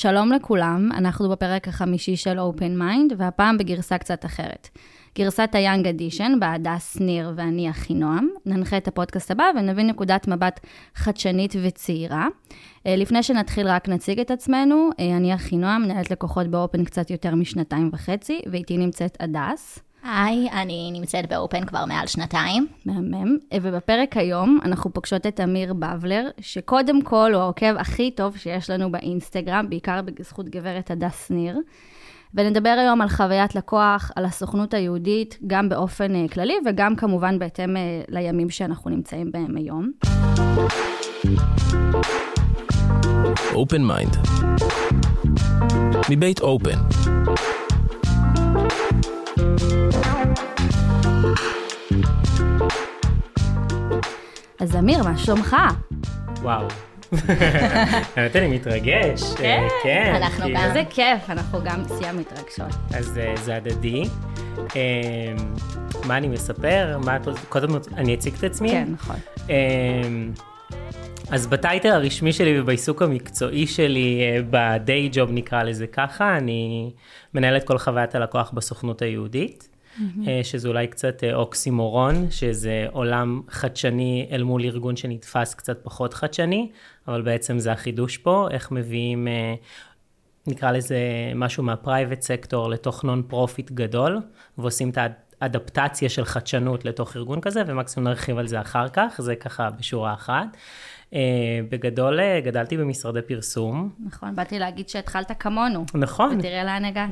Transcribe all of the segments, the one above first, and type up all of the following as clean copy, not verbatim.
שלום לכולם, אנחנו בפרק החמישי של Open Mind, והפעם בגרסה קצת אחרת. גרסת ה-Young Edition, בהדס ניר ואני אחינועם, ננחה את הפודקאסט הבא ונביא נקודת מבט חדשנית וצעירה. לפני שנתחיל רק נציג את עצמנו, אני אחינועם, מנהלת לקוחות באופן קצת יותר מ2.5, ואיתי נמצאת הדס. היי, אני נמצאת באופן כבר מעל 2 מהמם, ובפרק היום אנחנו פוגשות את אמיר בבלר, שקודם כל הוא העוקב הכי טוב שיש לנו באינסטגרם, בעיקר בזכות גברת הדס ניר. ונדבר היום על חוויית לקוח, על הסוכנות היהודית, גם באופן כללי, וגם כמובן בהתאם לימים שאנחנו נמצאים בהם היום. Open Mind מבית אופן. אז אמיר, מה שלומך? וואו. אני מתרגש. כן, אנחנו גם. זה כיף, אנחנו גם סייע מתרגשות. אז זה הדדי. מה אני מספר? קודם אני אציג את עצמי? כן, נכון. אז בטייטל הרשמי שלי ובעיסוק המקצועי שלי, בדיי ג'וב נקרא לזה ככה, אני מנהלת כל חוויית הלקוח בסוכנות היהודית. שזה אולי קצת אוקסימורון, שזה עולם חדשני אל מול ארגון שנתפס קצת פחות חדשני, אבל בעצם זה החידוש פה, איך מביאים, נקרא לזה משהו מהפרייבט סקטור לתוך נון פרופיט גדול, ועושים את האדפטציה של חדשנות לתוך ארגון כזה, ומקסימום נרחיב על זה אחר כך, זה ככה בשורה אחת. בגדול גדלתי במשרדי פרסום. נכון, באתי להגיד שהתחלת כמונו. נכון. ותראה לאן הגעת.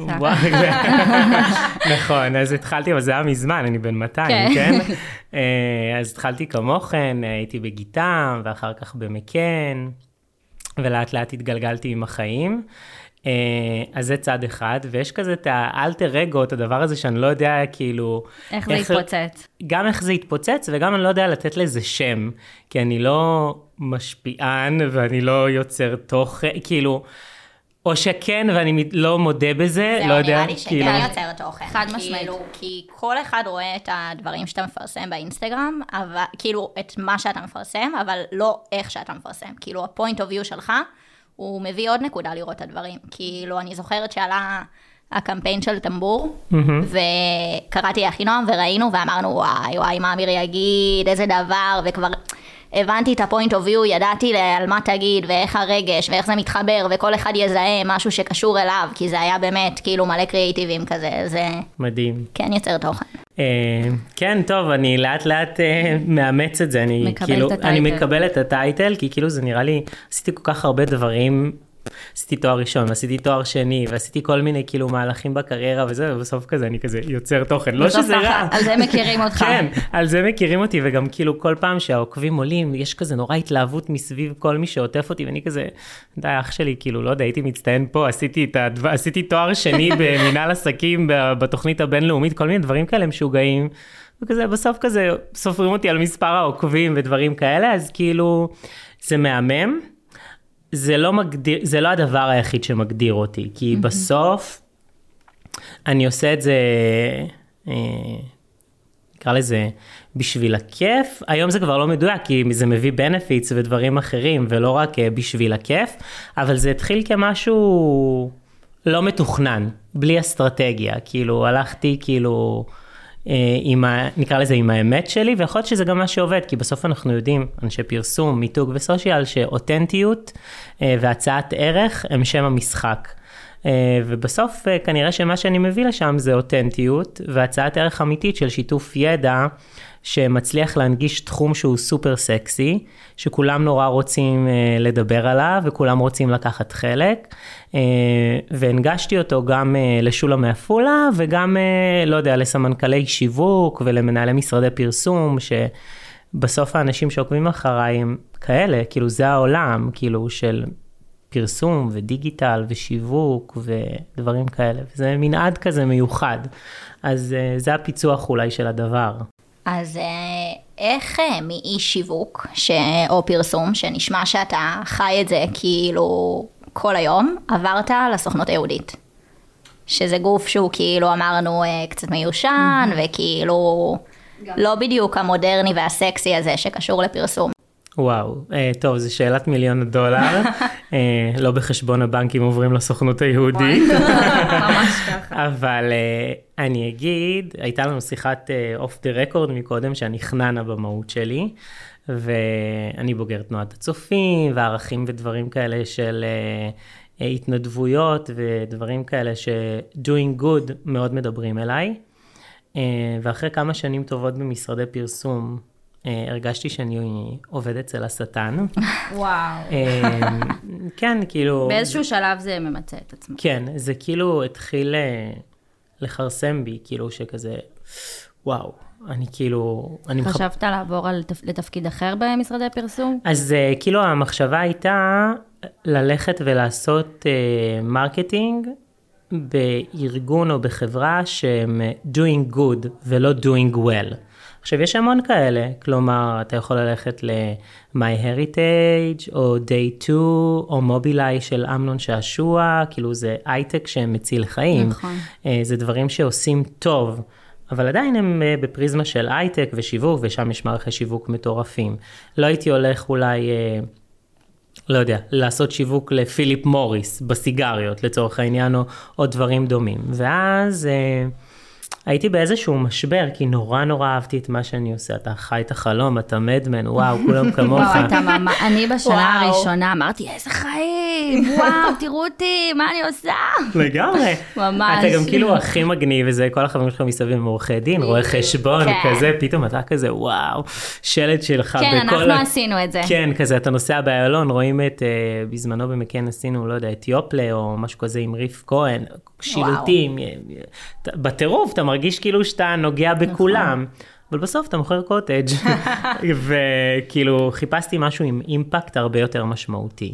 נכון, אז התחלתי, אבל זה היה מזמן, אני בן 200, כן? אז התחלתי כמוכן, הייתי בגיטם, ואחר כך במקן, ולאט לאט התגלגלתי עם החיים. אז זה צד אחד, ויש כזה את האלטר אגו, את הדבר הזה שאני לא יודע כאילו... איך זה יתפוצץ. גם איך זה יתפוצץ, וגם אני לא יודע לתת לזה שם, כי אני לא משפיען, ואני לא יוצר תוכן, כאילו, או שכן, ואני לא מודה בזה, לא יודע, נראה לי שכן יוצר תוכן. חד משמעית. כי כל אחד רואה את הדברים שאתה מפרסם באינסטגרם, כאילו, את מה שאתה מפרסם, אבל לא איך שאתה מפרסם. כאילו, הפוינט אוף ויו שלך, הוא מביא עוד נקודה לראות את הדברים. כאילו, אני זוכרת שעלה הקמפיין של טמבור, וקראתי אחינועם וראינו ואמרנו, וואי, מה אמיר יגיד, איזה דבר, וכבר הבנתי את הפוינט אוף ויו, ידעתי על מה תגיד, ואיך הרגש, ואיך זה מתחבר, וכל אחד יזהה משהו שקשור אליו, כי זה היה באמת כאילו מלא קריאיטיבים כזה, זה... מדהים. כן יוצר תוכן. כן, טוב, אני לאט לאט מאמץ את זה, אני מקבל את הטייטל, כי כאילו זה נראה לי, עשיתי כל כך הרבה דברים, עשיתי תואר ראשון, ועשיתי תואר שני, ועשיתי כל מיני כאילו מהלכים בקריירה וזה, ובסוף כזה אני כזה יוצר תוכן, לא שזה רע. על זה מכירים אותך. כן, על זה מכירים אותי, וגם כאילו כל פעם שהעוקבים עולים, יש כזה נורא התלהבות מסביב כל מי שעוטף אותי, ואני כזה, די, אח שלי, כאילו, לא יודע, הייתי מצטיין פה, עשיתי תואר שני במנהל עסקים, בתוכנית הבינלאומית, כל מיני דברים כאלה משוגעים, וכזה, בסוף כזה, סופרים אותי על מספר העוקבים ודברים כאלה, אז כאילו, זה מהמם. זה לא הדבר היחיד שמגדיר אותי, כי בסוף אני עושה את זה, נקרא לזה, בשביל הכיף. היום זה כבר לא מדויק, כי זה מביא benefits ודברים אחרים, ולא רק בשביל הכיף, אבל זה התחיל כמשהו לא מתוכנן, בלי אסטרטגיה. כאילו, הלכתי כאילו... נקרא לזה עם האמת שלי, ויכול להיות שזה גם מה שעובד, כי בסוף אנחנו יודעים, אנשי פרסום, מיתוג וסושיאל, שאותנטיות והצעת ערך הם שם המשחק. ובסוף כנראה שמה שאני מביא לשם זה אותנטיות, והצעת ערך אמיתית של שיתוף ידע, שמצליח להנגיש תחום שהוא סופר סקסי, שכולם נורא רוצים לדבר עליו, וכולם רוצים לקחת חלק, והנגשתי אותו גם לשולה מעפולה, וגם, לא יודע, לסמנכלי שיווק, ולמנהלי משרדי פרסום, שבסוף האנשים שעוקבים אחריי הם כאלה, כאילו זה העולם, כאילו של פרסום ודיגיטל ושיווק ודברים כאלה, וזה מנעד כזה מיוחד, אז זה הפיצוח אולי של הדבר. אז איך מאי שיווק או פרסום, שנשמע שאתה חי את זה כאילו כל היום, עברת לסוכנות היהודית? שזה גוף שהוא כאילו אמרנו קצת מיושן, וכאילו לא בדיוק המודרני והסקסי הזה שקשור לפרסום. וואו, טוב, זו שאלת $1,000,000, לא בחשבון הבנקים עוברים לסוכנות היהודית. ממש ככה. אבל אני אגיד, הייתה לנו שיחת אוף דה רקורד מקודם, שאני חננה במהות שלי, ואני בוגר תנועת הצופים, וערכים ודברים כאלה של התנדבויות, ודברים כאלה ש-doing good מאוד מדברים אליי. ואחרי כמה שנים טובות במשרדי פרסום, הרגשתי שאני עובד אצל השטן. וואו. כן, כאילו... באיזשהו שלב זה ממצא את עצמו. כן, זה כאילו התחיל לחרסם בי, כאילו שכזה, וואו, אני כאילו... חשבת לעבור לתפקיד אחר במשרדי פרסום? אז כאילו המחשבה הייתה ללכת ולעשות מרקטינג בארגון או בחברה שהם doing good ולא doing well. עכשיו, יש המון כאלה, כלומר, אתה יכול ללכת ל-MyHeritage, או Day 2, או Mobileye של אמנון שעשוע, כאילו זה הייטק שמציל חיים. נכון. זה דברים שעושים טוב, אבל עדיין הם בפריזמה של הייטק ושיווק, ושם יש מערכי שיווק מטורפים. לא הייתי הולך אולי, לא יודע, לעשות שיווק לפיליפ מוריס בסיגריות, לצורך העניין, או דברים דומים. ואז... הייתי באיזשהו משבר, כי נורא אהבתי את מה שאני עושה. אתה חי את החלום, אתה מדמן, וואו, כולם כמוך. וואו, אני בשנה הראשונה אמרתי, איזה חיים, וואו, תראו אותי, מה אני עושה? לגמרי. ממש. אתה גם כאילו הכי מגניב, וזה כל החברים שלך מסביב עם עורכי דין, רואה חשבון, כזה, פתאום אתה כזה, וואו, שלט שלך. כן, אנחנו עשינו את זה. כן, כזה, אתה נוסע באיילון, רואים את, בזמנו במקן עשינו, לא יודע, את יופלה, או משהו כזה עם ריף כהן, שילוטים, בטירוף, אתה מרגיש כאילו שאתה נוגע בכולם, אבל בסוף אתה מוכר קוטג' וכאילו חיפשתי משהו עם אימפקט הרבה יותר משמעותי.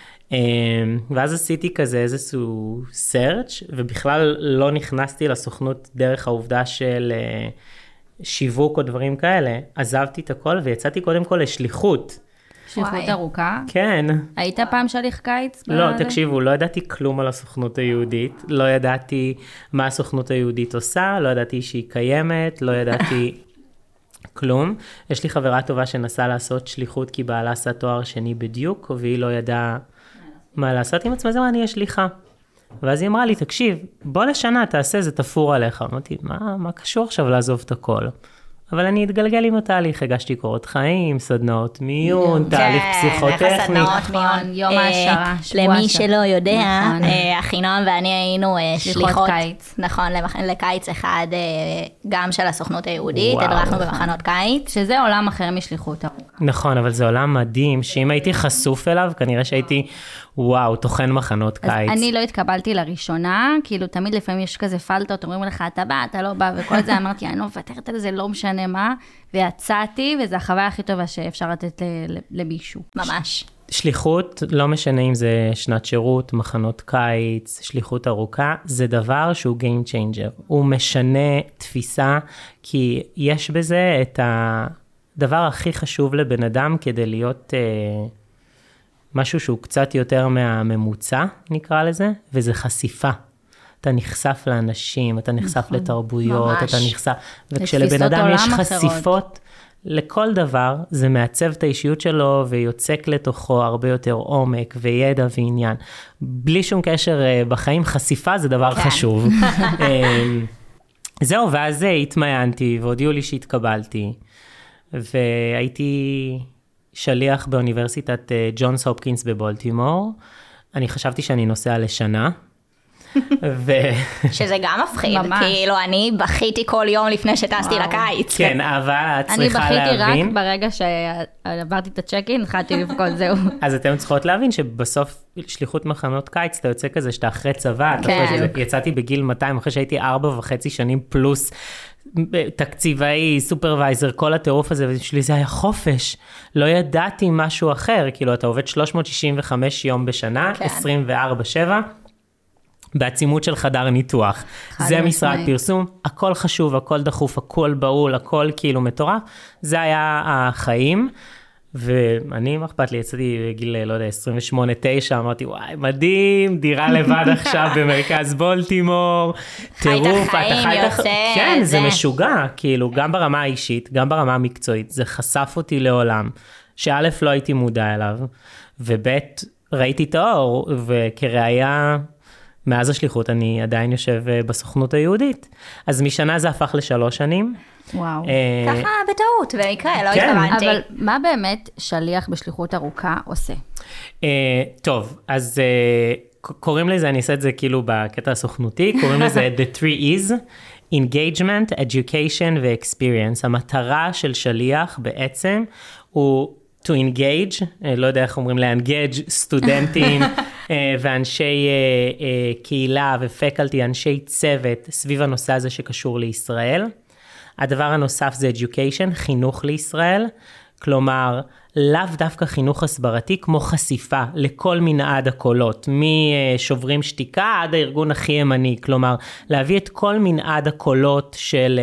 ואז עשיתי כזה איזשהו סרצ' ובכלל לא נכנסתי לסוכנות דרך העובדה של שיווק או דברים כאלה. עזבתי את הכל ויצאתי קודם כל לשליחות. שליחות ארוכה? כן. היית פעם שליח קיץ? לא, תקשיבו, לא ידעתי כלום על הסוכנות היהודית, לא ידעתי מה הסוכנות היהודית עושה, לא ידעתי שהיא קיימת, לא ידעתי כלום. יש לי חברה טובה שנסעה לעשות שליחות, כי בעלה עשה תואר שני בדיוק, והיא לא ידעה מה לעשות עם עצמה, זה מה אני אהיה שליחה. ואז היא אמרה לי, תקשיב, בוא לשנה, תעשה, זה תפור עליך. אמרתי, מה קשור עכשיו לעזוב את הכל? אבל אני אתגלגל עם התהליך, הגשתי קורות חיים, סדנאות מיון, תהליך פסיכוטכני. נכון, יום העשרה, למי שלא יודע, אחינועם ואני היינו שליחות קיץ. נכון, לקיץ אחד, גם של הסוכנות היהודית, הדרכנו במחנות קיץ. שזה עולם אחר משליחות. נכון, אבל זה עולם מדהים, שאם הייתי חשוף אליו, כנראה שהייתי, וואו, תוכן מחנות קיץ. אני לא התקבלתי לראשונה, כאילו תמיד לפעמים יש כזה פלטות, אומרים לך, אתה בא, אתה לא בא, וכל זה אמרתי, אני לא מוותרת על זה, לא משנה מה, ויצאתי, וזו החוויה הכי טובה שאפשר לתת למישהו. ממש. שליחות, לא משנה אם זה שנת שירות, מחנות קיץ, שליחות ארוכה, זה דבר שהוא game changer. הוא משנה תפיסה, כי יש בזה את הדבר הכי חשוב לבן אדם, כדי להיות משהו שהוא קצת יותר מהממוצע, נקרא לזה, וזה חשיפה. אתה נחשף לאנשים, אתה נחשף לתרבויות, אתה נחשף, וכשלבן אדם יש חשיפות לכל דבר, זה מעצב את האישיות שלו, ויוצק לתוכו הרבה יותר עומק, וידע ועניין. בלי שום קשר בחיים, חשיפה זה דבר חשוב. זהו, ואז התמיינתי, והודיעו לי שהתקבלתי, והייתי שליח באוניברסיטת ג'ונס הופקינס בבולטימור. אני חשבתי שאני נוסע לשנה, שזה גם מפחיד, כאילו אני בכיתי כל יום לפני שטסתי לקיץ. כן, אבל את צריכה להבין. אני בכיתי רק ברגע שעברתי את הצ'קין, התחלתי לבכות, זהו. אז אתן צריכות להבין שבסוף שליחות מחנות קיץ, אתה יוצא כזה שאתה אחרי צבא, יצאתי בגיל 200, אחרי שהייתי 4.5 שנים פלוס, תקציבאי, סופרוויזר, כל הטירוף הזה, ושלי זה היה חופש. לא ידעתי משהו אחר, כאילו אתה עובד 365 יום בשנה, 24/7, בעצימות של חדר ניתוח. זה משרד פרסום, הכל חשוב, הכל דחוף, הכל בהול, הכל כאילו מטורף. זה היה החיים, ואני, מה אכפת לי, יצאתי בגיל, לא יודע, 28-9, אמרתי, וואי, מדהים, דירה לבד עכשיו במרכז בולטימור, טירוף, אתה חי את החיים, כן, זה משוגע, כאילו, גם ברמה האישית, גם ברמה המקצועית, זה חשף אותי לעולם, שא' לא הייתי מודע אליו, וב' ראיתי את האור, וכראיה, מאז השליחות אני עדיין יושב בסוכנות היהודית. אז משנה זה הפך ל3 שנים. וואו. ככה בטעות, במקרה, לא כן. התכוונתי. אבל מה באמת שליח בשליחות ארוכה עושה? טוב, אז קוראים לזה, אני אעשה את זה כאילו בקטע הסוכנותי, קוראים לזה The 3 E's, Engagement, Education ו-Experience. המטרה של שליח בעצם הוא to engage, לא יודע איך אומרים להנגage, סטודנטים ואנשי קהילה ופקלטי, אנשי צוות סביב הנושא הזה שקשור לישראל. הדבר הנוסף זה education, חינוך לישראל, כלומר, לאו דווקא חינוך הסברתי, כמו חשיפה לכל מנעד הקולות, משוברים שתיקה עד הארגון הכי ימני, כלומר, להביא את כל מנעד הקולות של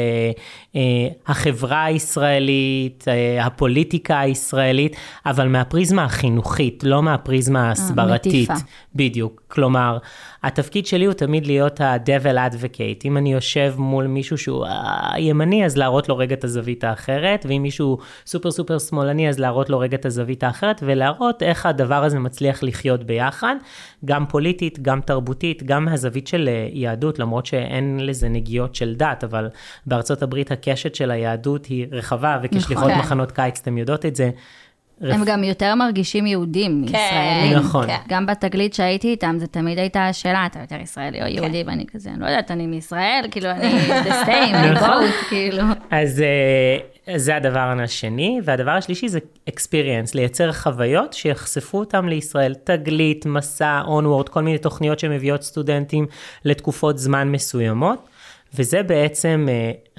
החברה הישראלית, הפוליטיקה הישראלית, אבל מהפריזמה החינוכית, לא מהפריזמה הסברתית. מטיפה. בדיוק, כלומר, התפקיד שלי הוא תמיד להיות ה-devil advocate, אם אני יושב מול מישהו שהוא ימני, אז להראות לו רגע את הזווית האחרת, ואם מישהו סופר סופר שמאלני, אז להראות לו רגע את הזווית האחרת, ולהראות איך הדבר הזה מצליח לחיות ביחד, גם פוליטית, גם תרבותית, גם מהזווית של יהדות, למרות שאין לזה נגיעות של דת, אבל בארצות הברית הקשת של היהדות היא רחבה, וכשליחות נכון. מחנות קיץ, אתם יודעות את זה. הם גם יותר מרגישים יהודים, ישראלים. נכון. גם בתגלית שהייתי איתם, זה תמיד הייתה השאלה, אתה יותר ישראלי או יהודי, ואני כזה, אני לא יודעת, אני מישראל, כאילו, אני the same, אני both, כאילו. אז זה הדבר השני, והדבר השלישי זה experience, לייצר חוויות שיחשפו אותם לישראל, תגלית, מסע, onward, כל מיני תוכניות שמביאות סטודנטים לתקופות זמן מסוימות, וזה בעצם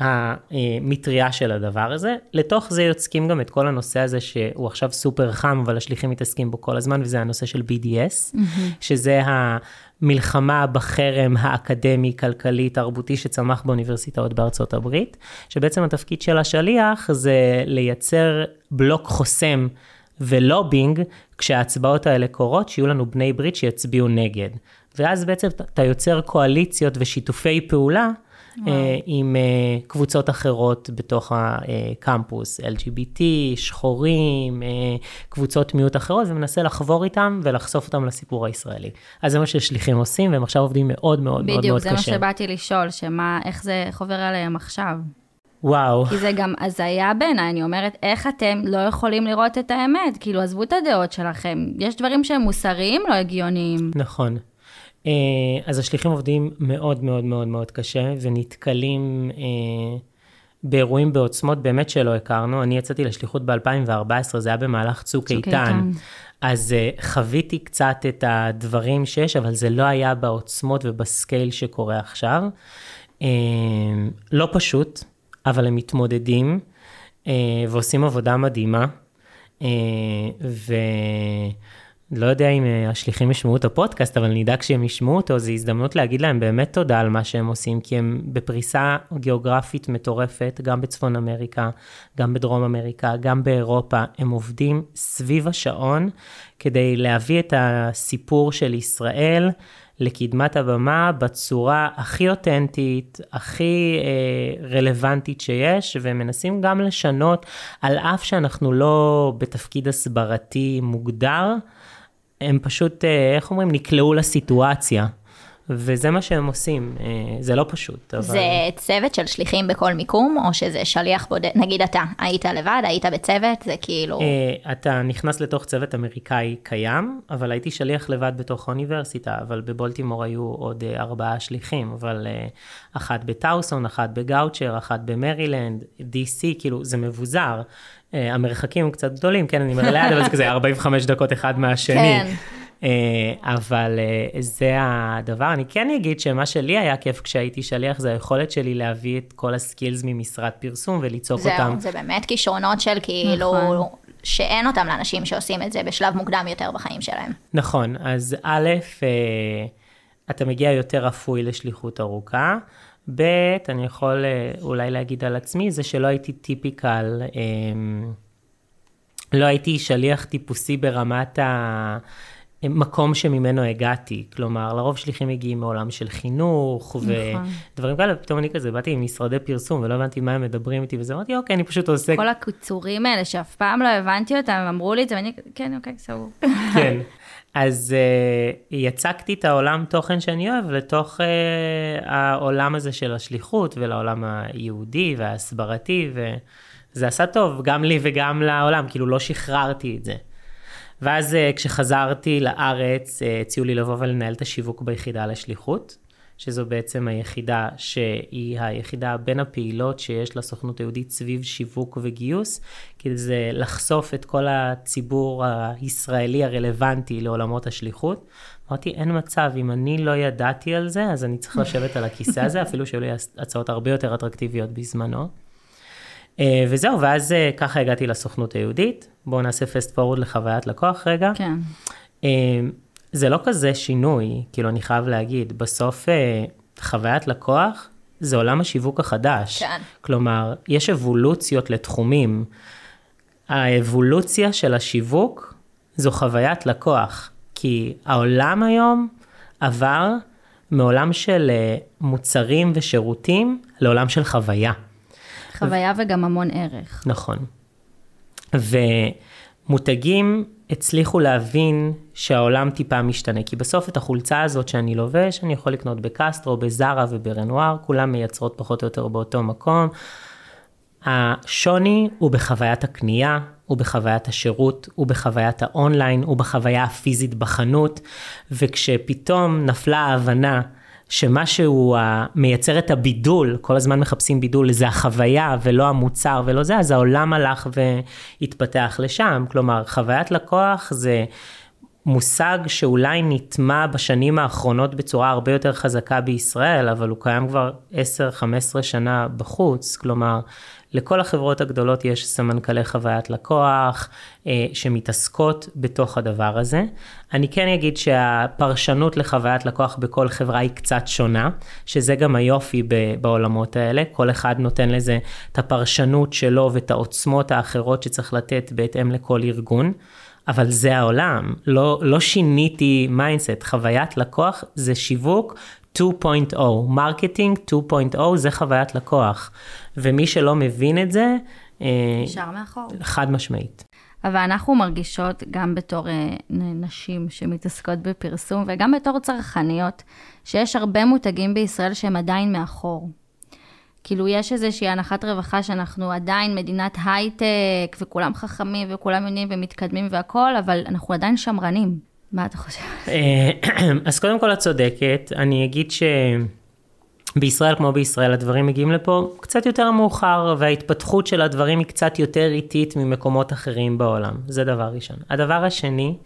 המטריה של הדבר הזה. לתוך זה יוצקים גם את כל הנושא הזה שהוא עכשיו סופר חם, אבל השליחים מתעסקים בו כל הזמן, וזה הנושא של BDS, שזה המלחמה בחרם האקדמי, כלכלי, תרבותי שצמח באוניברסיטאות בארצות הברית, שבעצם התפקיד של השליח זה לייצר בלוק חוסם ולובינג, כשההצבעות האלה קורות, שיהיו לנו בני ברית שיצביעו נגד. ואז בעצם אתה יוצר קואליציות ושיתופי פעולה, עם קבוצות אחרות בתוך הקמפוס, LGBT, שחורים, קבוצות מיעוט אחרות, ומנסה לחבור איתם ולחשוף אותם לסיפור הישראלי. אז זה מה ששליחים עושים, והם עכשיו עובדים מאוד מאוד מאוד בדיוק, מאוד זה קשה. מה שבאתי לשאול, איך זה חובר עליהם עכשיו? וואו. כי זה גם הזיה בעיניי, אני אומרת, איך אתם לא יכולים לראות את האמת? כאילו, עזבו את הדעות שלכם. יש דברים שהם מוסריים, לא הגיוניים. נכון. אז השליחים עובדים מאוד מאוד מאוד מאוד קשה, ונתקלים באירועים בעוצמות באמת שלא הכרנו. אני יצאתי לשליחות ב-2014, זה היה במהלך צוק איתן. אז חוויתי קצת את הדברים שיש, אבל זה לא היה בעוצמות ובסקייל שקורה עכשיו. לא פשוט, אבל הם מתמודדים, ועושים עבודה מדהימה, לא יודע אם השליחים ישמעו את הפודקאסט, אבל אני אדאג שהם ישמעו אותו, זו הזדמנות להגיד להם באמת תודה על מה שהם עושים, כי הם בפריסה גיאוגרפית מטורפת, גם בצפון אמריקה, גם בדרום אמריקה, גם באירופה, הם עובדים סביב השעון, כדי להביא את הסיפור של ישראל לקדמת הבמה, בצורה הכי אותנטית, הכי רלוונטית שיש, ומנסים גם לשנות, על אף שאנחנו לא בתפקיד הסברתי מוגדר, הם פשוט, איך אומרים, נקלעו לסיטואציה, וזה מה שהם עושים, זה לא פשוט. אבל... זה צוות של שליחים בכל מיקום, או שזה שליח בודד, נגיד אתה, היית לבד, היית בצוות, זה כאילו... אתה נכנס לתוך צוות אמריקאי קיים, אבל הייתי שליח לבד בתוך האוניברסיטה, אבל בבולטימור היו עוד 4 שליחים, אבל אחת בטאוסון, אחת בגאוצ'ר, אחת במרילנד, DC, כאילו זה מבוזר, המרחקים הם קצת גדולים, כן, אני אומר ליד, אבל זה כזה 45 דקות אחד מהשני. כן. אבל זה הדבר. אני כן אגיד שמה שלי היה כיף כשהייתי שליח, זה היכולת שלי להביא את כל הסקילס ממשרד פרסום וליצוק אותם. זה באמת כישרונות של כאילו, שאין אותם לאנשים שעושים את זה בשלב מוקדם יותר בחיים שלהם. נכון, אז א', אתה מגיע יותר אפוי לשליחות ארוכה, ב', אני יכול אולי להגיד על עצמי, זה שלא הייתי טיפיקל, לא הייתי שליח טיפוסי ברמת מקום שממנו הגעתי, כלומר, לרוב שליחים מגיעים מעולם של חינוך, ודברים כאלה, פתאום אני כזה, באתי עם משרדי פרסום, ולא הבנתי מה הם מדברים איתי, וזה אמרתי, אוקיי, אני פשוט עושה... כל הקיצורים האלה, שאף פעם לא הבנתי אותם, הם אמרו לי את זה, ואני, כן, אוקיי, סבור. כן, אז יצקתי את העולם תוכן שאני אוהב, לתוך העולם הזה של השליחות, ולעולם היהודי וההסברתי, וזה עשה טוב, גם לי וגם לעולם, כאילו לא שחררתי את זה. ואז כשחזרתי לארץ, הציעו לי לבוא ולנהל את השיווק ביחידה לשליחות, שזו בעצם היחידה שהיא היחידה בין הפעילות שיש לסוכנות היהודית סביב שיווק וגיוס, כי זה לחשוף את כל הציבור הישראלי הרלוונטי לעולמות השליחות. אמרתי, אין מצב, אם אני לא ידעתי על זה, אז אני צריך לשבת על הכיסא הזה, אפילו שהיו לי הצעות הרבה יותר אטרקטיביות בזמנו. וזהו, ואז ככה הגעתי לסוכנות היהודית. בואו נעשה פסט פורוד לחוויית לקוח רגע. כן. זה לא כזה שינוי, כאילו אני חייב להגיד, בסוף חוויית לקוח זה עולם השיווק החדש. כן. כלומר, יש אבולוציות לתחומים. האבולוציה של השיווק זו חוויית לקוח, כי העולם היום עבר מעולם של מוצרים ושירותים לעולם של חוויה. חוויה וגם המון ערך. נכון. ומותגים הצליחו להבין שהעולם טיפה משתנה, כי בסוף את החולצה הזאת שאני לובש, אני יכול לקנות בקסטרו, בזרה וברנואר, כולם מייצרות פחות או יותר באותו מקום. השוני הוא בחוויית הקנייה, הוא בחוויית השירות, הוא בחוויית האונליין, הוא בחוויה הפיזית בחנות, וכשפתאום נפלה ההבנה שמשהו מייצר את הבידול, כל הזמן מחפשים בידול, זה החוויה ולא המוצר ולא זה, אז העולם הלך והתפתח לשם. כלומר, חוויית לקוח זה מושג שאולי נטמע בשנים האחרונות בצורה הרבה יותר חזקה בישראל, אבל הוא קיים כבר 10-15 שנה בחוץ. כלומר, לכל החברות הגדולות יש סמנכלי חוויית לקוח שמתעסקות בתוך הדבר הזה. אני כן אגיד שהפרשנות לחוויית לקוח בכל חברה היא קצת שונה, שזה גם היופי בעולמות האלה. כל אחד נותן לזה את הפרשנות שלו ואת העוצמות האחרות שצריך לתת בהתאם לכל ארגון. אבל זה העולם, לא שיניתי מיינדסט, חוויית לקוח זה שיווק 2.0, מרקטינג 2.0 זה חוויית לקוח, ומי שלא מבין את זה, נשאר מאחור. חד משמעית. אבל אנחנו מרגישות גם בתור נשים שמתעסקות בפרסום, וגם בתור צרכניות, שיש הרבה מותגים בישראל שהם עדיין מאחור. כאילו יש איזושהי הנחת רווחה שאנחנו עדיין מדינת הייטק, וכולם חכמים וכולם יודעים ומתקדמים והכל, אבל אנחנו עדיין שמרנים. מה אתה חושב? אז קודם כל את צודקת, אני אגיד שבישראל כמו בישראל הדברים מגיעים לפה קצת יותר מאוחר, וההתפתחות של הדברים היא קצת יותר איטית ממקומות אחרים בעולם. זה דבר ראשון. הדבר השני,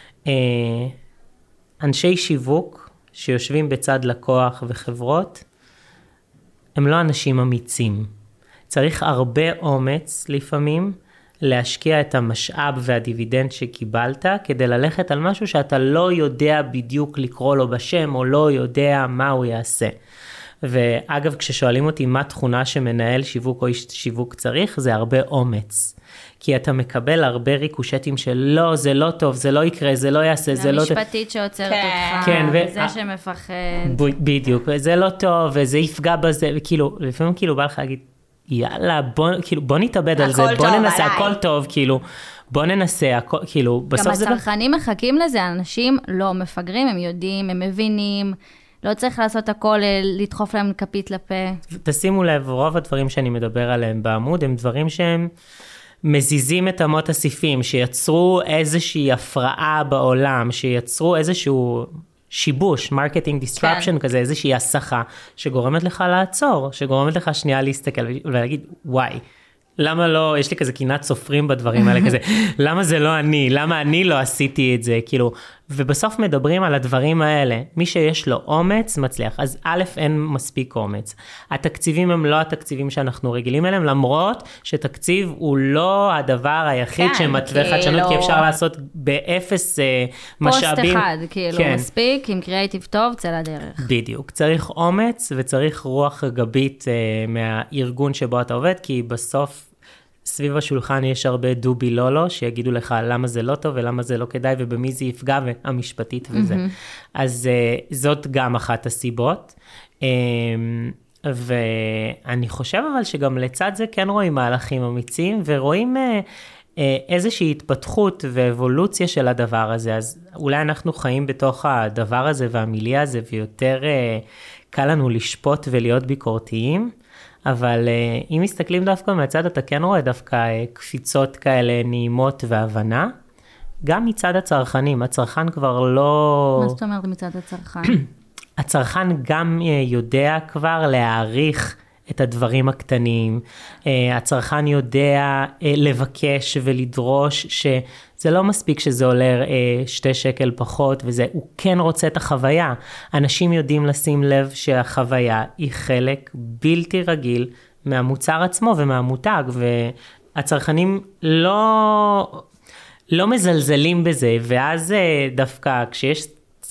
אנשי שיווק שיושבים בצד לקוח וחברות, הם לא אנשים אמיצים. צריך הרבה אומץ לפעמים להשקיע את המשאב והדיבידנד שקיבלת, כדי ללכת על משהו שאתה לא יודע בדיוק לקרוא לו בשם, או לא יודע מה הוא יעשה. ואגב, כששואלים אותי מה תכונה שמנהל שיווק או איש שיווק צריך, זה הרבה אומץ. כי אתה מקבל הרבה ריקושטים של לא, זה לא טוב, זה לא יקרה, זה לא יעשה, זה לא... המשפטית שעוצרת אותך, כן, זה שמפחד. בדיוק, זה לא טוב, וזה יפגע בזה, וכאילו, לפעמים כאילו בא לך להגיד, יאללה, בוא נתאבד על זה, בוא ננסה, הכל טוב, כאילו, בוא ננסה, כאילו, בסוף זה... גם הצרכנים מחכים לזה, אנשים לא מפגרים, הם יודעים, הם מבינים, לא צריך לעשות הכל, לדחוף להם כפית לפה. תשימו לב, רוב הדברים שאני מדבר עליהם בעמוד, הם דברים שהם מזיזים את אמות הסיפים, שיצרו איזושהי הפרעה בעולם, שיצרו איזשהו שיבוש, מרקטינג דיסטרפשן כזה, איזושהי הסחה, שגורמת לך לעצור, שגורמת לך שנייה להסתכל ולהגיד, וואי, למה לא, יש לי כזה קינת סופרים בדברים האלה, כזה, למה זה לא אני, למה אני לא עשיתי את זה, כאילו, ובסוף מדברים על הדברים האלה, מי שיש לו אומץ מצליח, אז א', אין מספיק אומץ, התקציבים הם לא התקציבים שאנחנו רגילים אליהם, למרות שתקציב הוא לא הדבר היחיד שמתווה חדשנות, כי אפשר לעשות באפס משאבים. פוסט אחד, כאילו, מספיק, עם קריאייטיב טוב, צא לדרך. בדיוק, צריך אומץ וצריך רוח גבית מהארגון שבו אתה עובד, כי בסוף, סביב השולחן יש הרבה דובי לולו, שיגידו לך למה זה לא טוב ולמה זה לא כדאי ובמי זה יפגע והמשפטית וזה. אז זאת גם אחת הסיבות. ואני חושב אבל שגם לצד זה כן רואים מהלכים אמיצים, ורואים איזושהי התפתחות ואבולוציה של הדבר הזה. אז אולי אנחנו חיים בתוך הדבר הזה והמיליה הזה, ויותר קל לנו לשפוט ולהיות ביקורתיים. אבל אם מסתכלים דווקא מהצד, אתה כן רואה דווקא קפיצות כאלה נעימות והבנה. גם מצד הצרכנים, הצרכן כבר לא... מה זאת אומרת מצד הצרכן? הצרכן גם יודע כבר להעריך את הדברים הקטנים, הצרכן יודע לבקש ולדרוש שזה לא מספיק שזה עולה 2 שקל פחות וזה, הוא כן רוצה את החוויה. אנשים יודעים לשים לב שהחוויה היא חלק בלתי רגיל מהמוצר עצמו ומהמותג, והצרכנים לא מזלזלים בזה, ואז דווקא כשיש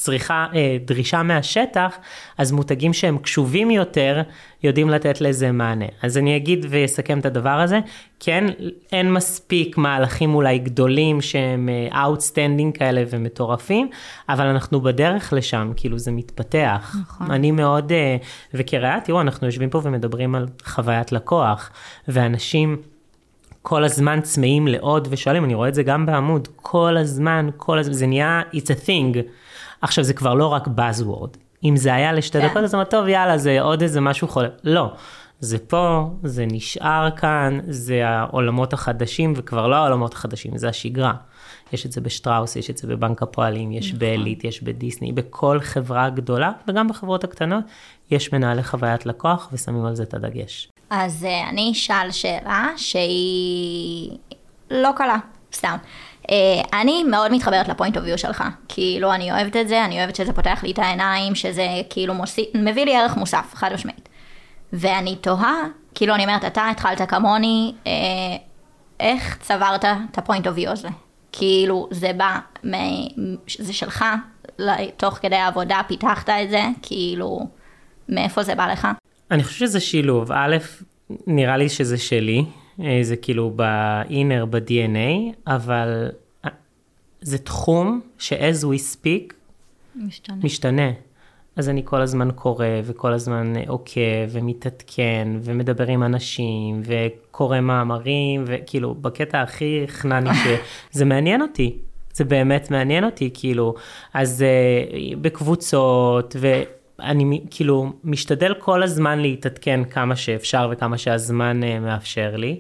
דרישה מהשטח, אז מותגים שהם קשובים יותר, יודעים לתת לזה מענה. אז אני אגיד ויסכם את הדבר הזה, כן, אין מספיק מהלכים אולי גדולים, שהם outstanding כאלה ומטורפים, אבל אנחנו בדרך לשם, כאילו זה מתפתח. נכון. אני מאוד, וכראיה, תראו, אנחנו יושבים פה ומדברים על חוויית לקוח, ואנשים כל הזמן צמאים לעוד ושואלים, אני רואה את זה גם בעמוד, כל הזמן, זה נהיה, it's a thing. עכשיו זה כבר לא רק buzzword. אם זה היה לשתי דקות, אז אמרת, טוב, יאללה, זה עוד איזה משהו חולה. לא, זה פה, זה נשאר כאן, זה העולמות החדשים, וכבר לא העולמות החדשים, זה השגרה. יש את זה בשטראוס, יש את זה בבנק הפועלים, יש באליט, יש בדיסני, בכל חברה גדולה, וגם בחברות הקטנות, יש מנהלי חוויית לקוח, ושמים על זה את הדגש. אז אני אשאל שאלה שהיא לא קלה, סתם. אני מאוד מתחברת לפוינט אוף ויו שלך, כאילו אני אוהבת את זה, אני אוהבת שזה פותח לי את העיניים, שזה כאילו מביא לי ערך מוסף, חד משמעית. ואני תוהה, כאילו אני אומרת, אתה התחלת כמוני, איך צברת את הפוינט אוף ויו הזה? כאילו זה בא, זה שלך, תוך כדי העבודה פיתחת את זה, כאילו מאיפה זה בא לך? אני חושב שזה שילוב, א', נראה לי שזה שלי, זה כאילו באינר, ב-DNA, אבל זה תחום ש-as we speak, משתנה. אז אני כל הזמן קורא, וכל הזמן עוקב, ומתעדכן, ומדבר עם אנשים, וקורא מאמרים, וכאילו, בקטע הכי חנני שזה מעניין אותי. זה באמת מעניין אותי, כאילו, אז בקבוצות, ואני כאילו משתדל כל הזמן להתעדכן כמה שאפשר, וכמה שהזמן מאפשר לי.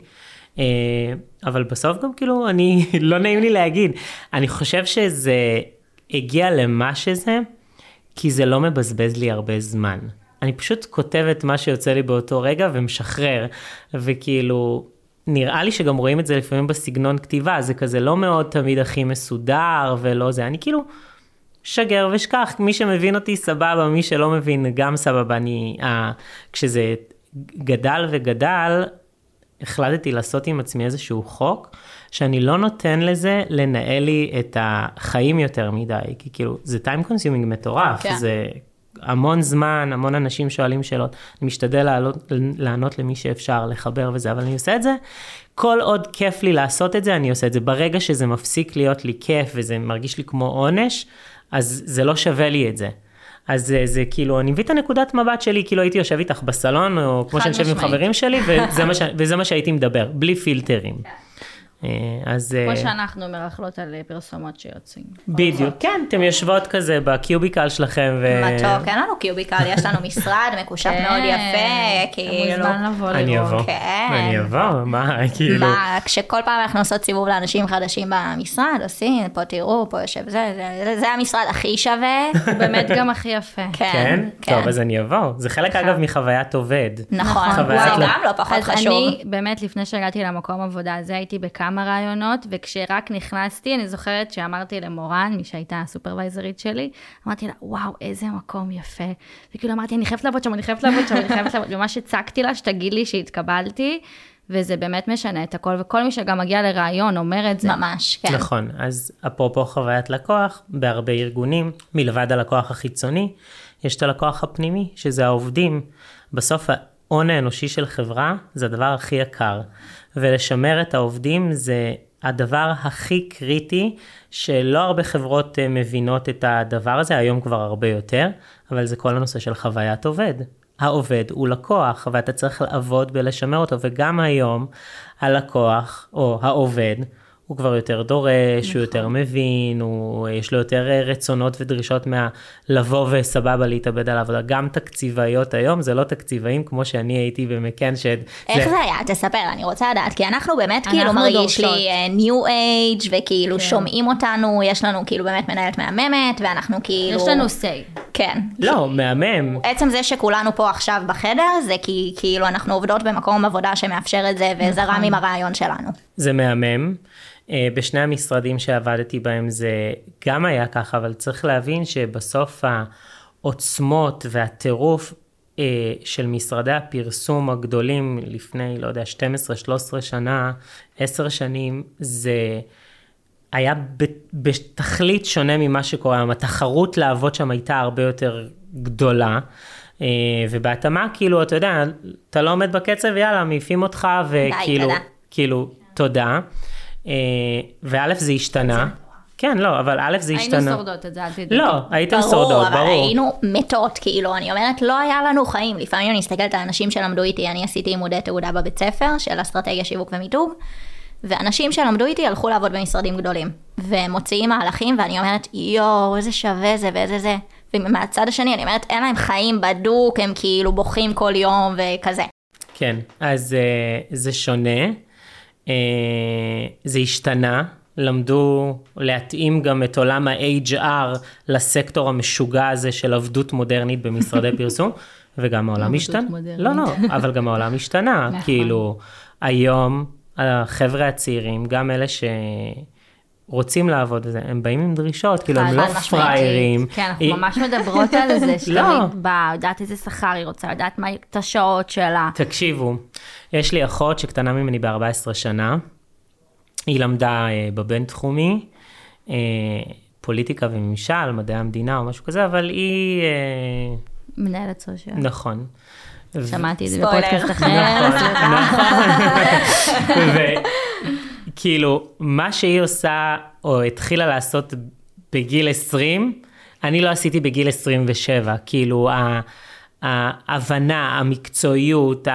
אבל בסוף גם כאילו, לא נעים לי להגיד, אני חושב שזה הגיע למה שזה, כי זה לא מבזבז לי הרבה זמן. אני פשוט כותבת מה שיוצא לי באותו רגע ומשחרר, וכאילו, נראה לי שגם רואים את זה לפעמים בסגנון כתיבה, זה כזה לא מאוד תמיד הכי מסודר ולא זה, אני כאילו שגר ושכח, מי שמבין אותי סבבה, מי שלא מבין גם סבבה, כשזה גדל וגדל, החלטתי לעשות עם עצמי איזשהו חוק, שאני לא נותן לזה לנהל לי את החיים יותר מדי, כי כאילו זה time consuming מטורף, כן. זה המון זמן, המון אנשים שואלים שאלות, אני משתדל לענות למי שאפשר, לחבר וזה, אבל אני עושה את זה, כל עוד כיף לי לעשות את זה, אני עושה את זה, ברגע שזה מפסיק להיות לי כיף, וזה מרגיש לי כמו עונש, אז זה לא שווה לי את זה. אז זה כאילו, אני מביא את הנקודת מבט שלי, כאילו הייתי יושב איתך בסלון, או כמו שאני יושב עם חברים שלי, וזה מה שהייתי מדבר, בלי פילטרים. כמו שאנחנו מרכלות על פרסומות שיוצאים. בדיוק, כן, אתם יושבות כזה בקיוביקל שלכם. מתוק, אין לנו קיוביקל, יש לנו משרד מקושט מאוד יפה, כאילו. אני אבוא, מה, כאילו. מה, כשכל פעם אנחנו עושות סיבוב לאנשים חדשים במשרד, עושים, פה תראו, פה יושב, זה המשרד הכי שווה. באמת גם הכי יפה. כן? טוב, אז אני אבוא. זה חלק אגב מחוויית עובד. נכון, זה גם לא פחות חשוב. אז אני, באמת, לפני שהגעתי למקום עבודה הזה, הייתי כמה רעיונות, וכשרק נכנסתי, אני זוכרת שאמרתי למורן, מי שהייתה הסופרוויזרית שלי, אמרתי לה, וואו, איזה מקום יפה. וכאילו אמרתי, אני חייבת לעבוד שם, ממש הצקתי לה, שתגיד לי שהתקבלתי, וזה באמת משנה את הכל, וכל מי שגם מגיע לרעיון אומר את זה. ממש, כן. נכון, אז אפרופו חוויית לקוח, בהרבה ארגונים, מלבד הלקוח החיצוני, יש את הלקוח הפנימי, שזה העובדים. בסוף ההון האנושי של חברה זה הדבר הכי יקר, ולשמר את העובדים זה הדבר הכי קריטי, שלא הרבה חברות מבינות את הדבר הזה, היום כבר הרבה יותר, אבל זה כל הנושא של חוויית עובד. העובד הוא לקוח, ואתה צריך לעבוד ולשמר אותו, וגם היום הלקוח או העובד, הוא כבר יותר דורש, הוא יותר מבין, יש לו יותר רצונות ודרישות לבוא וסבבה להתאבד על העבודה. גם תקציבאיות היום, זה לא תקציבאים כמו שאני הייתי במקנשד. איך זה היה? תספר, אני רוצה לדעת, כי אנחנו באמת כאילו מרגיש לי ניו אייג' וכאילו שומעים אותנו, יש לנו כאילו באמת מנהלת מהממת, ואנחנו כאילו... יש לנו say. כן. לא, מהמם. עצם זה שכולנו פה עכשיו בחדר, זה כי כאילו אנחנו עובדות במקום עבודה שמאפשר את זה, וזרם עם הרעיון שלנו. זה מהמם. בשני המשרדים שעבדתי בהם זה גם היה ככה, אבל צריך להבין שבסוף העוצמות והטירוף של משרדי הפרסום הגדולים לפני, לא יודע, 12-13 שנה, 10 שנים, זה היה בתכלית שונה ממה שקורה. התחרות לעבוד שם הייתה הרבה יותר גדולה, ובהתאמה כאילו, אתה יודע, אתה לא עומד בקצב, יאללה, מעיפים אותך, וכאילו, כאילו, תודה. וא' זה השתנה. כן, לא, אבל א' זה השתנה. היינו שורדות את זה, אל תדעי. לא, הייתם שורדות, ברור. אבל היינו מתות, כאילו, אני אומרת, לא היה לנו חיים. לפעמים אני מסתכלת על אנשים שלמדו איתי, אני עשיתי לימודי תעודה בבית ספר, של אסטרטגיה, שיווק ומיתוג, ואנשים שלמדו איתי הלכו לעבוד במשרדים גדולים, ומוציאים מהלכים, ואני אומרת, יואו, איזה שווה זה ואיזה זה. ומהצד השני, אני אומרת, אין להם חיים בדוק, הם כאילו בוכים כל יום וכזה. כן, אז זה שונה. זה השתנה, למדו להתאים גם את עולם ה-HR לסקטור המשוגע הזה של עבדות מודרנית במשרדי פרסום, וגם העולם השתנה. לא, אבל גם העולם השתנה. כאילו, היום החבר'ה הצעירים, גם אלה שרוצים לעבוד, הם באים עם דרישות, כאילו הם לא פריירים. כן, אנחנו ממש מדברות על זה, שתמיד באה, יודעת איזה שכר היא רוצה, יודעת מה את השעות שלה. תקשיבו, יש לי אחות שקטנה ממני ב-14 שנה, היא למדה בבין-תחומי, פוליטיקה וממשל, מדעי המדינה או משהו כזה, אבל היא... מנהלת סושיאל. נכון. שמעתי את זה בפודקאסט אחר. נכון. וכאילו, מה שהיא עושה, או התחילה לעשות בגיל 20, אני לא עשיתי בגיל 27, כאילו, ההבנה, המקצועיות,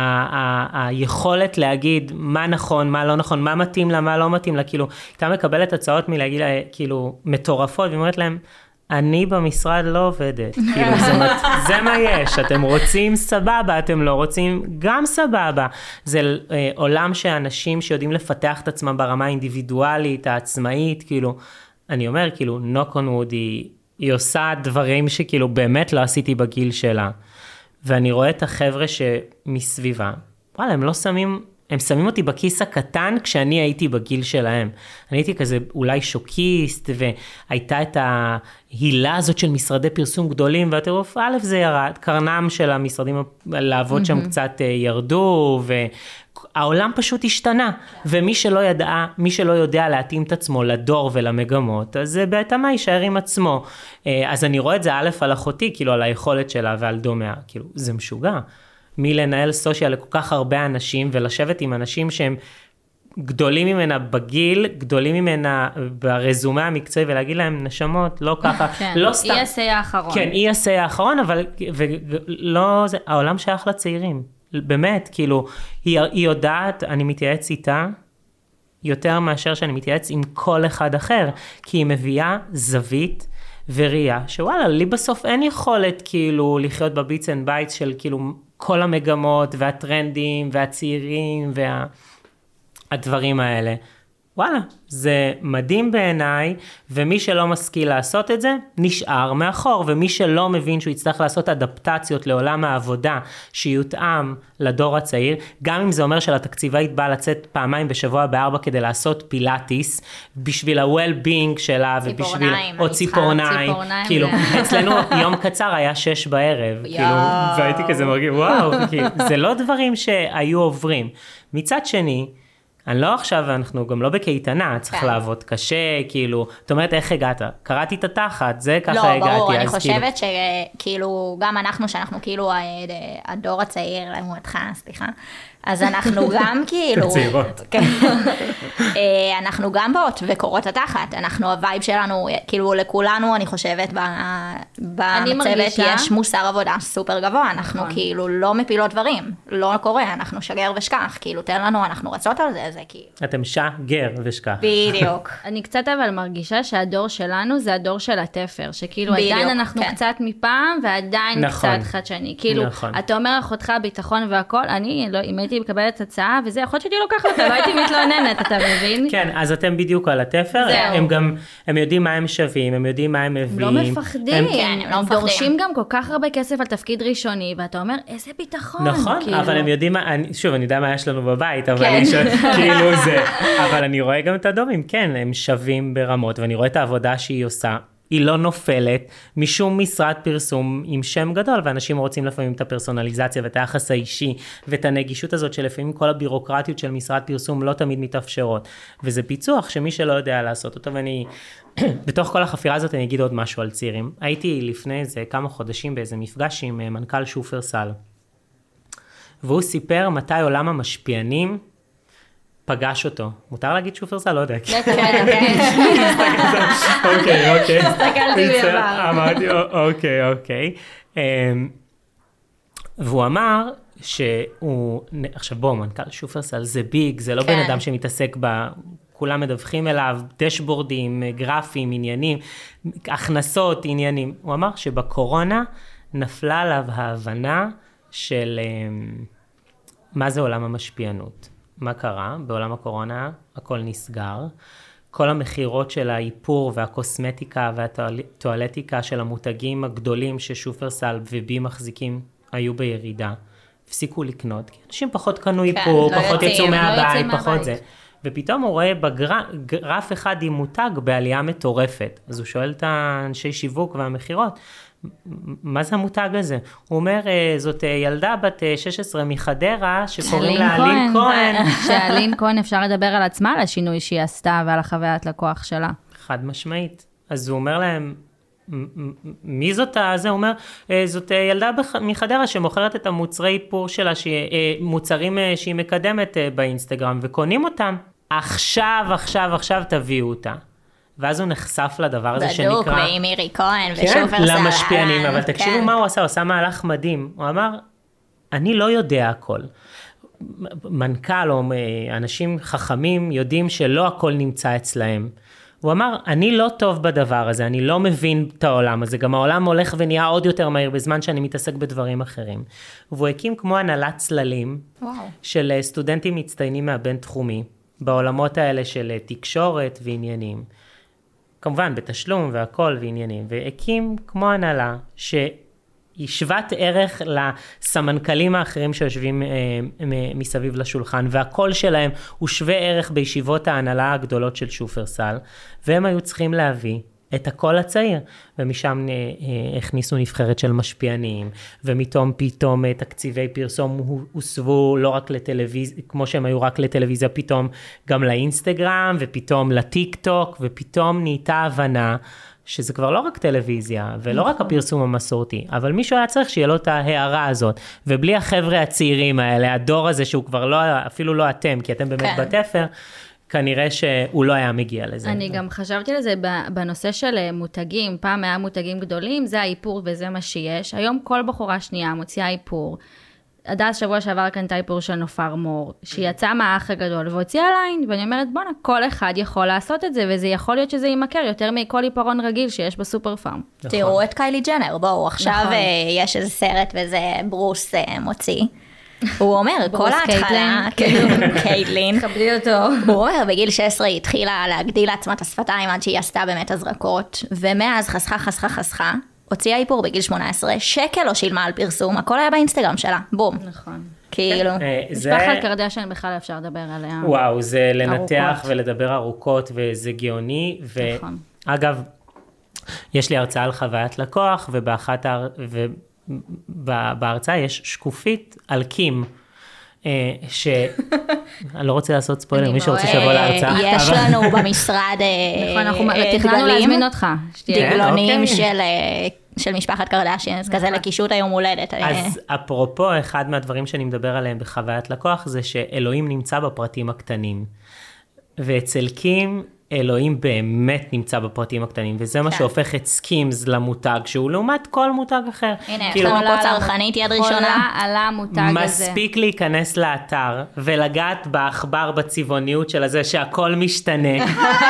היכולת להגיד מה נכון, מה לא נכון, מה מתאים לה, מה לא מתאים לה, כאילו, הייתה מקבלת הצעות מלהגיד לה, כאילו, מטורפות, ואומרת להם, אני במשרד לא עובדת, כאילו, זה מה יש, אתם רוצים סבבה, אתם לא רוצים גם סבבה, זה עולם שאנשים שיודעים לפתח את עצמם ברמה האינדיבידואלית, העצמאית, כאילו, אני אומר, כאילו, knock on wood היא עושה דברים שכאילו באמת לא עשיתי בגיל שלה, ואני רואה את החבר'ה שמסביבה, וואלה, הם לא שמים, הם שמים אותי בכיס הקטן כשאני הייתי בגיל שלהם. אני הייתי כזה אולי שוקיסט, והייתה את ההילה הזאת של משרדי פרסום גדולים, והטירוף, א' זה ירד, קרנם של המשרדים לעבוד שם קצת ירדו, והעולם פשוט השתנה, ומי שלא ידע, מי שלא יודע להתאים את עצמו לדור ולמגמות, אז זה בהתאמה יישאר עם עצמו. אז אני רואה את זה א' על אחותי, כאילו על היכולת שלה ועל דומיה, כאילו זה משוגע. מלנהל סושיאל לכל כך הרבה אנשים, ולשבת עם אנשים שהם גדולים ממנה בגיל, גדולים ממנה ברזומה המקצועי, ולהגיד להם, נשמות, לא ככה, לא סתם. אי עשה האחרון. כן, אי עשה האחרון, אבל לא, העולם שייך לצעירים. באמת, כאילו, היא יודעת, אני מתייעץ איתה, יותר מאשר שאני מתייעץ עם כל אחד אחר, כי היא מביאה זווית, וראייה, שוואלה, לי בסוף אין יכולת, כאילו, לחיות בביטס אנד בייטס של, כאילו, כל המגמות והטרנדים והצעירים והדברים האלה. וואלה, זה מדהים בעיניי, ומי שלא משכיל לעשות את זה, נשאר מאחור, ומי שלא מבין שהוא יצטרך לעשות אדפטציות לעולם העבודה, שיותאם לדור הצעיר, גם אם זה אומר שלתקציבאית באה לצאת פעמיים בשבוע ב4 כדי לעשות פילאטיס, בשביל ה-well-being שלה, ובשביל עוד ציפורניים, כאילו, אצלנו יום קצר היה 6 בערב, כאילו, והייתי כזה מרגיש, וואו, זה לא דברים שהיו עוברים. מצד שני, אני לא עכשיו, אנחנו גם לא בקייטנה, צריך לעבוד קשה, כאילו, את אומרת, איך הגעת? קראתי את התחת, זה ככה הגעתי. לא, ברור, אני חושבת שכאילו, גם אנחנו, שאנחנו כאילו הדור הצעיר, למועדך, סליחה, אז אנחנו גם כאילו, צעירות. אנחנו גם באות וקורות התחת, אנחנו הווייב שלנו, כאילו לכולנו, אני חושבת, במצבת יש מוסר עבודה סופר גבוה, אנחנו כאילו לא מפילות דברים, לא קורה, אנחנו שגר ושכח, כאילו תן לנו, אנחנו רצות על זה, זה כאילו. אתם שגר ושכח. בדיוק. אני קצת אבל מרגישה שהדור שלנו זה הדור של התפר, שכאילו עדיין אנחנו קצת מפעם, ועדיין קצת חדשני. כאילו, אתה אומר אחותך ביטחון והכל, אני לא, אם הייתי מקבלת הצעה, וזה יכול להיות שהייתי לוקחת אותה, לא הייתי מתלוננת, אתה מבין? כן, אז אתם בדיוק על התפר, הם יודעים מה הם שווים, הם יודעים מה הם מביאים. לא מפחדים, הם דורשים גם כל כך הרבה כסף על תפקיד ראשוני, ואתה אומר, איזה ביטחון. נכון, אבל הם יודעים מה, שוב, אני יודע מה יש לנו בבית, אבל כאילו זה, אבל אני רואה גם את הדומים, כן, הם שווים ברמות, ואני רואה את העבודה שהיא עושה, היא לא נופלת משום משרד פרסום עם שם גדול, ואנשים רוצים לפעמים את הפרסונליזציה ואת היחס האישי, ואת הנגישות הזאת שלפעמים כל הבירוקרטיות של משרד פרסום לא תמיד מתאפשרות, וזה פיצוח שמי שלא יודע לעשות אותו, ואני, בתוך כל החפירה הזאת אני אגיד עוד משהו על צעירים. הייתי לפני איזה כמה חודשים באיזה מפגש עם מנכ"ל שופרסל, והוא סיפר מתי עולם המשפיענים פגש אותו. מותר להגיד שופרסל? לא יודע. אוקיי. הסתכלתי בעבר. אמרתי, אוקיי. והוא אמר שהוא, עכשיו בוא, מנכ"ל שופרסל זה ביג, זה לא בן אדם שמתעסק כולם מדווחים אליו, דשבורדים, גרפים, עניינים, הכנסות, עניינים. הוא אמר שבקורונה נפלה עליו ההבנה של מה זה עולם המשפיענות. מה קרה? בעולם הקורונה הכל נסגר. כל המחירות של האיפור והקוסמטיקה והטואלטיקה של המותגים הגדולים ששופרסל ובי מחזיקים היו בירידה. הפסיקו לקנות, כי אנשים פחות קנו איפור, פחות יצאו מהבית, פחות זה. ופתאום הוא רואה בגרף אחד עם מותג בעלייה מטורפת. אז הוא שואל את האנשי שיווק והמחירות, מה זה המותג הזה? הוא אומר, זאת ילדה בת 16 מחדרה, שקוראים לה אלין כהן. שאלין כהן אפשר לדבר על עצמה, על השינוי שהיא עשתה ועל החוויית לקוח שלה. חד משמעית. אז הוא אומר להם, מי זאת? אז הוא אומר, זאת ילדה מחדרה שמוכרת את המוצרי איפור שלה, מוצרים שהיא מקדמת באינסטגרם, וקונים אותם. עכשיו תביאו אותה. ואז הוא נחשף לדבר הזה שנקרא... בדוק, ועם מירי כהן ושופרסל. כן, למשפיענים, אבל תקשיבו מה הוא עשה, הוא עשה מהלך מדהים. הוא אמר, אני לא יודע הכל. מנכ"ל או אנשים חכמים יודעים שלא הכל נמצא אצלהם. הוא אמר, אני לא טוב בדבר הזה, אני לא מבין את העולם הזה, גם העולם הולך ונהיה עוד יותר מהיר בזמן שאני מתעסק בדברים אחרים. והוא הקים כמו הנהלת צללים של סטודנטים מצטיינים מהבין-תחומי, בעולמות האלה של תקשורת ועניינים. כמובן בתשלום והכל ועניינים, והקים כמו הנהלה שהיא שוות ערך לסמנכלים האחרים שיושבים מסביב לשולחן, והכל שלהם הוא שווה ערך בישיבות ההנהלה הגדולות של שופרסל, והם היו צריכים להביא את הקול הצעיר, ומשם הכניסו נבחרת של משפיענים, פתאום תקציבי פרסום הוסבו לא רק לטלוויזיה, כמו שהם היו רק לטלוויזיה, פתאום גם לאינסטגרם, ופתאום לטיק טוק, ופתאום נהייתה הבנה, שזה כבר לא רק טלוויזיה, ולא רק הפרסום המסורתי, אבל מישהו היה צריך שיהיה לו את ההערה הזאת, ובלי החבר'ה הצעירים האלה, הדור הזה שהוא כבר לא, אפילו לא אתם, כי אתם באמת בתפר, כנראה שהוא לא היה מגיע לזה. אני גם חשבתי לזה בנושא של מותגים, פעם היה מותגים גדולים, זה האיפור וזה מה שיש. היום כל בחורה שנייה מוציאה איפור. הדס שבוע שעבר קנתה איפור של נופר מור, שיצא מהאח הגדול והוציאה ליין, ואני אומרת, בונה, כל אחד יכול לעשות את זה, וזה יכול להיות שזה יימכר יותר מכל עיפרון רגיל שיש בסופר פארם. תראו את קיילי ג'נר, בואו, עכשיו יש איזה סרט וזה ברוס מוציא. הוא אומר, כל ההתחלה, קייטלין, תכבדי אותו. הוא אומר, בגיל 16 היא התחילה להגדיל לעצמה את השפתיים עד שהיא עשתה באמת הזרקות, ומאז חסכה, הוציאה איפור בגיל 18, שקל לא שילמה על פרסום, הכל היה באינסטגרם שלה, בום. נכון. כאילו. משפחת קרדשן בכלל אפשר לדבר עליה. וואו, זה לנתח ולדבר ארוכות, וזה גאוני, ואגב, יש לי הרצאה על חוויית לקוח, ובהרצאה יש שקופית על קים, אני לא רוצה לעשות ספוילר, מי שרוצה שיבוא להרצאה. יש לנו במשרד אנחנו תכננו להזמין אותך. דגלונים של משפחת קרדשיאנס, כזה לקישוט היום הולדת. אז אפרופו, אחד מהדברים שאני מדבר עליהם בחוויית לקוח, זה שאלוהים נמצא בפרטים הקטנים. ואצל קים, אלוהים באמת נמצא בפרטים הקטנים, וזה מה שהופך את סקימס למותג, שהוא לעומת כל מותג אחר. הנה, יש לנו פה צרכנית יד ראשונה. חולה על המותג הזה. מספיק להיכנס לאתר, ולגעת בעכבר בצבעוניות של הזה, שהכל משתנה.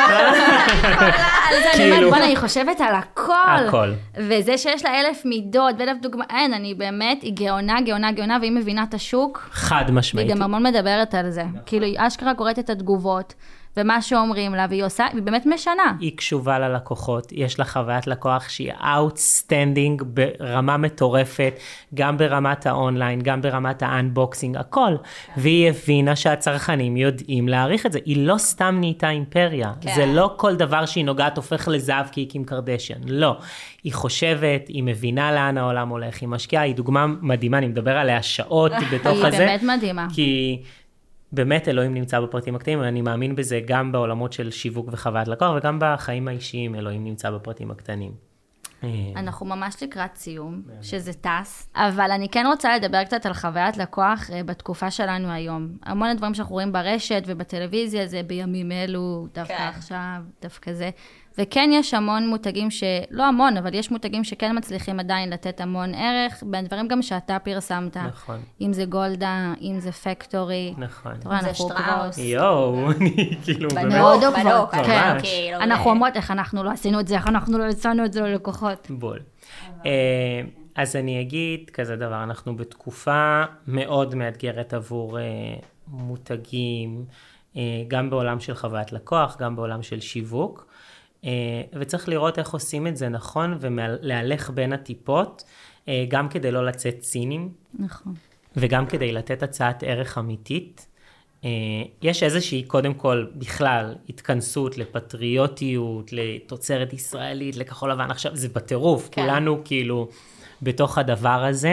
אני חושבת על הכל. הכל. וזה שיש לה 1,000 מידות, ו1,000 דוגמא, אין, אני באמת, היא גאונה, גאונה, גאונה, והיא מבינה את השוק. חד משמעית. היא גם המון מדברת על זה. כאילו, היא אשכרה קוראת את התגובות. ומה שאומרים לה, והיא עושה, היא באמת משנה. היא קשובה ללקוחות, יש לה חוויית לקוח שהיא outstanding ברמה מטורפת, גם ברמת האונליין, גם ברמת האנבוקסינג, הכל. והיא הבינה שהצרכנים יודעים להעריך את זה. היא לא סתם נהייתה אימפריה. כן. זה לא כל דבר שהיא נוגעת הופך לזהב כי היא קים קרדשיאן. לא. היא חושבת, היא מבינה לאן העולם הולך, היא משקיעה, היא דוגמה מדהימה, אני מדבר עליה שעות בתוך הזה. היא באמת מדהימה. כי באמת אלוהים נמצא בפרטים הקטנים, ואני מאמין בזה גם בעולמות של שיווק וחוויית לקוח, וגם בחיים האישיים אלוהים נמצא בפרטים הקטנים. אנחנו ממש לקראת סיום, שזה טס, אבל אני כן רוצה לדבר קצת על חוויית לקוח בתקופה שלנו היום. המון הדברים שאנחנו רואים ברשת ובטלוויזיה, זה בימים אלו, דווקא עכשיו, דווקא זה. וכן יש המון מותגים לא המון, אבל יש מותגים שכן מצליחים עדיין לתת המון ערך, בין דברים גם שאתה פרסמת. נכון. אם זה גולדה, אם זה פקטורי. נכון. זה שטראוס. יואו, אני כאילו באמת. מאוד עוקבות, כן. כאילו, אנחנו אומרות איך אנחנו לא עשינו את זה, איך אנחנו לא הצענו את זה ללקוחות. בול. אז אני אגיד כזה דבר, אנחנו בתקופה מאוד מאתגרת עבור מותגים, גם בעולם של חוויית לקוח, גם בעולם של שיווק, וצריך לראות איך עושים את זה נכון, ולהלך בין הטיפות, גם כדי לא לצאת צינים, נכון. וגם כדי לתת הצעת ערך אמיתית. יש איזושהי, קודם כל, בכלל, התכנסות לפטריוטיות, לתוצרת ישראלית, לכחול לבן, עכשיו זה בטירוף, כן. כולנו כאילו בתוך הדבר הזה.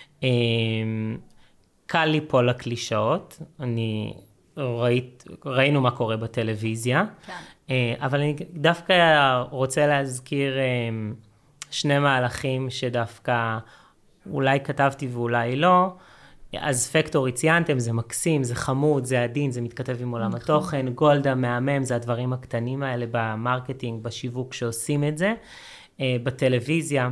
קל ליפול לקלישאות, ראינו מה קורה בטלוויזיה, כן. אבל אני דווקא רוצה להזכיר שני מהלכים שדווקא אולי כתבתי ואולי לא, אז פקטורי ציינתם, זה מקסים, זה חמוד, זה עדין, זה מתכתב עם עולם התוכן, גולדה, מהמם, זה הדברים הקטנים האלה במרקטינג, בשיווק שעושים את זה. בטלוויזיה,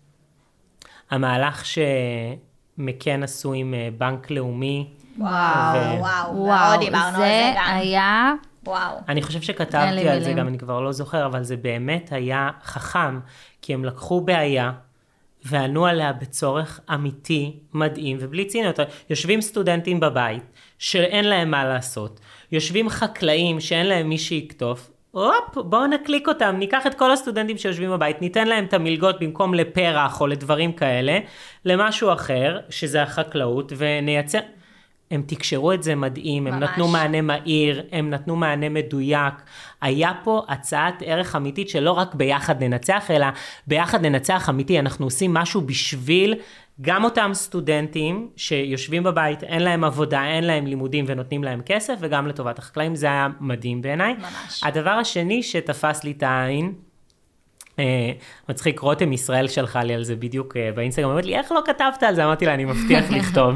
המהלך שמקן עשו עם בנק לאומי. וואו, מאוד דיברנו על זה גם. זה היה... וואו. אני חושב שכתבתי על זה, גם אני כבר לא זוכר, אבל זה באמת היה חכם, כי הם לקחו בעיה, וענו עליה בצורך אמיתי, מדהים, ובלי ציניות. יושבים סטודנטים בבית, שאין להם מה לעשות. יושבים חקלאים, שאין להם מי שיקטוף. בואו נקליק אותם, ניקח את כל הסטודנטים שיושבים בבית, ניתן להם את המלגות במקום לפרח או לדברים כאלה, למשהו אחר, שזה החקלאות, ונייצר... הם תקשרו את זה מדהים, הם נתנו מענה מהיר, הם נתנו מענה מדויק. היה פה הצעת ערך אמיתית שלא רק ביחד ננצח, אלא ביחד ננצח אמיתי. אנחנו עושים משהו בשביל גם אותם סטודנטים שיושבים בבית, אין להם עבודה, אין להם לימודים ונותנים להם כסף, וגם לטובת החקלאים. זה היה מדהים בעיניי. ממש. הדבר השני שתפס לי את העין, מצחיק, רותם ישראל שלחה לי על זה בדיוק באינסטגרם, אמרת לי, איך לא כתבת על זה? אמרתי לה, אני מבטיח לכתוב.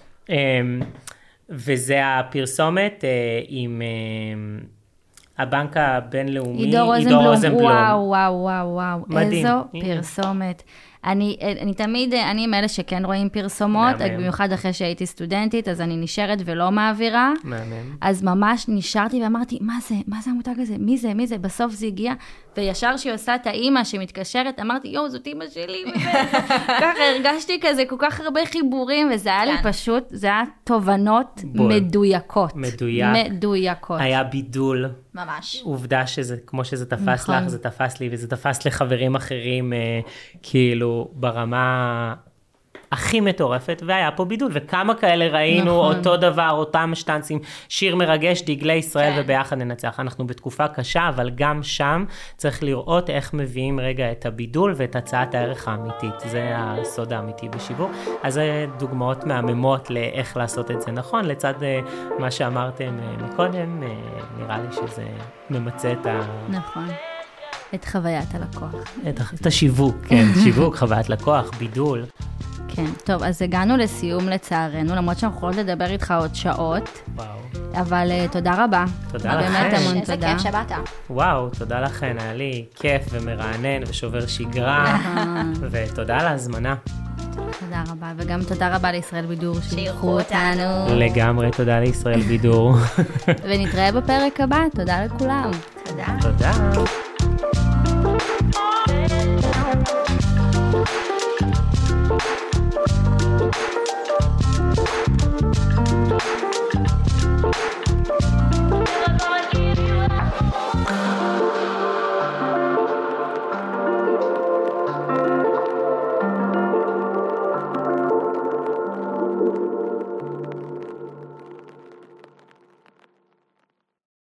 וזה הפרסומת עם הבנק הבינלאומי, עידו רוזנבלום. וואו, איזו פרסומת. אני תמיד, אני מאלה שכן רואים פרסומות, במיוחד אחרי שהייתי סטודנטית, אז אני נשארת ולא מעבירה. אז ממש נשארתי ואמרתי, מה זה המותג הזה? מי זה? בסוף זה הגיע, וישר שהיא עושה את האימא שמתקשרת, אמרתי, יואו, זאת אימא שלי. ככה הרגשתי כזה, כל כך הרבה חיבורים, וזה היה לי פשוט, זה היה תובנות מדויקות. מדויקות. היה בידול. ממש. עובדה שזה, כמו שזה תפס לך, זה תפס לי, וזה תפס לחברים אחרים, כאילו, ברמה הכי מטורפת, והיה פה בידול, וכמה כאלה ראינו, אותו דבר, אותם שטנצים, שיר מרגש, דגלי ישראל, וביחד ננצח. אנחנו בתקופה קשה, אבל גם שם צריך לראות איך מביאים רגע את הבידול, ואת הצעת הערך האמיתית. זה הסוד האמיתי בשיווק. אז זה דוגמאות מהממות לאיך לעשות את זה נכון, לצד מה שאמרתם מקודם, נראה לי שזה ממצא את נכון. את חוויית הלקוח. את השיווק, כן, שיווק, חוויית לקוח, בידול. כן, טוב, אז הגענו לסיום לצערנו, למרות שאנחנו יכולות לדבר איתך עוד שעות. וואו. אבל תודה רבה. תודה לכם. באמת המון איזה תודה. כיף שבאת. וואו, תודה לכן, היה לי כיף ומרענן ושובר שגרה, ותודה על ההזמנה. תודה רבה, וגם תודה רבה לישראל בידור שאירחו אותנו. לגמרי, תודה לישראל בידור. ונתראה בפרק הבא, תודה לכולם. תודה. תודה.